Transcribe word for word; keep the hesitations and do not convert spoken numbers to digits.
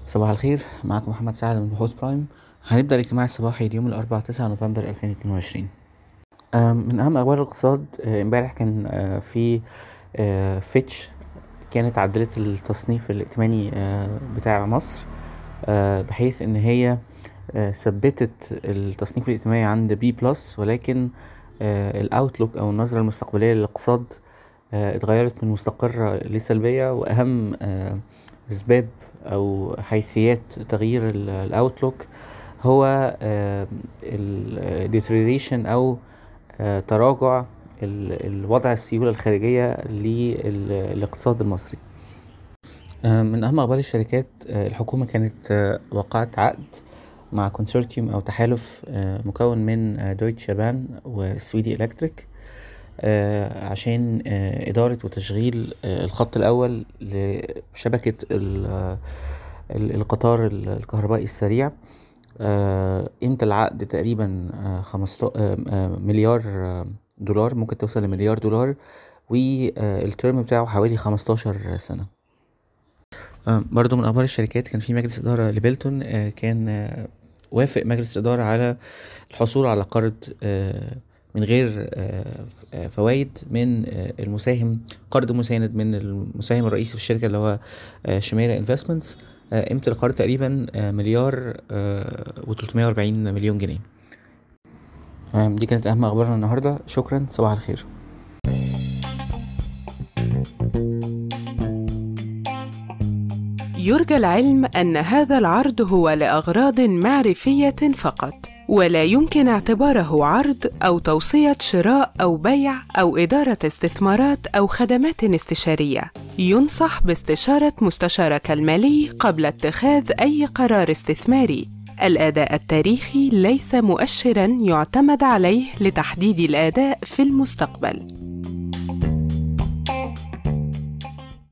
صباح الخير، معكم محمد سعد من بحوث برايم. هنبدأ الاجتماع الصباحي اليوم الأربعاء تسعة نوفمبر ألفين واتنين وعشرين. آم، من أهم أخبار الاقتصاد آه، امبارح كان آه، في آه، فيتش كانت عدلت التصنيف الائتماني آه، بتاع مصر، آه، بحيث إن هي آه، ثبتت التصنيف الائتماني عند بي بلس، ولكن الأوتلوك أو النظرة المستقبلية للاقتصاد آه، اتغيرت من مستقرة لسلبية. وأهم آه، أسباب أو حيثيات تغيير الأوتلوك هو ال deterioration أو آه، تراجع ال- الوضع السيولة الخارجية للاقتصاد المصري. آه، من أهم أخبار الشركات، آه، الحكومة كانت آه، وقعت عقد مع كونسورتيوم أو تحالف آه، مكون من آه، دويتشه بان وسويدي إلكتريك آه، عشان آه، إدارة وتشغيل آه، الخط الأول لشبكة ال- آه، ال- القطار ال- الكهربائي السريع. آه، قيمة العقد تقريبا آه، خمسة آه، آه، مليار آه، دولار، ممكن توصل لمليار دولار، والترم بتاعه حوالي خمستاشر سنة. آه، برضو من أخبار الشركات، كان في مجلس إدارة لبيلتون آه، كان آه، وافق مجلس الإدارة على الحصول على قرض آه، من غير آه، ف- آه، فوائد من آه، المساهم، قرض مساند من المساهم الرئيسي في الشركة اللي هو آه، شميرة انفستمنتس. قيمة القرض تقريبا آه، مليار وتلتمية وأربعين مليون جنيه. آه، دي كانت أهم أخبارنا النهاردة. شكرا، صباح الخير. يرجى العلم أن هذا العرض هو لأغراض معرفية فقط، ولا يمكن اعتباره عرض أو توصية شراء أو بيع أو إدارة استثمارات أو خدمات استشارية. ينصح باستشارة مستشارك المالي قبل اتخاذ أي قرار استثماري. الأداء التاريخي ليس مؤشراً يعتمد عليه لتحديد الأداء في المستقبل.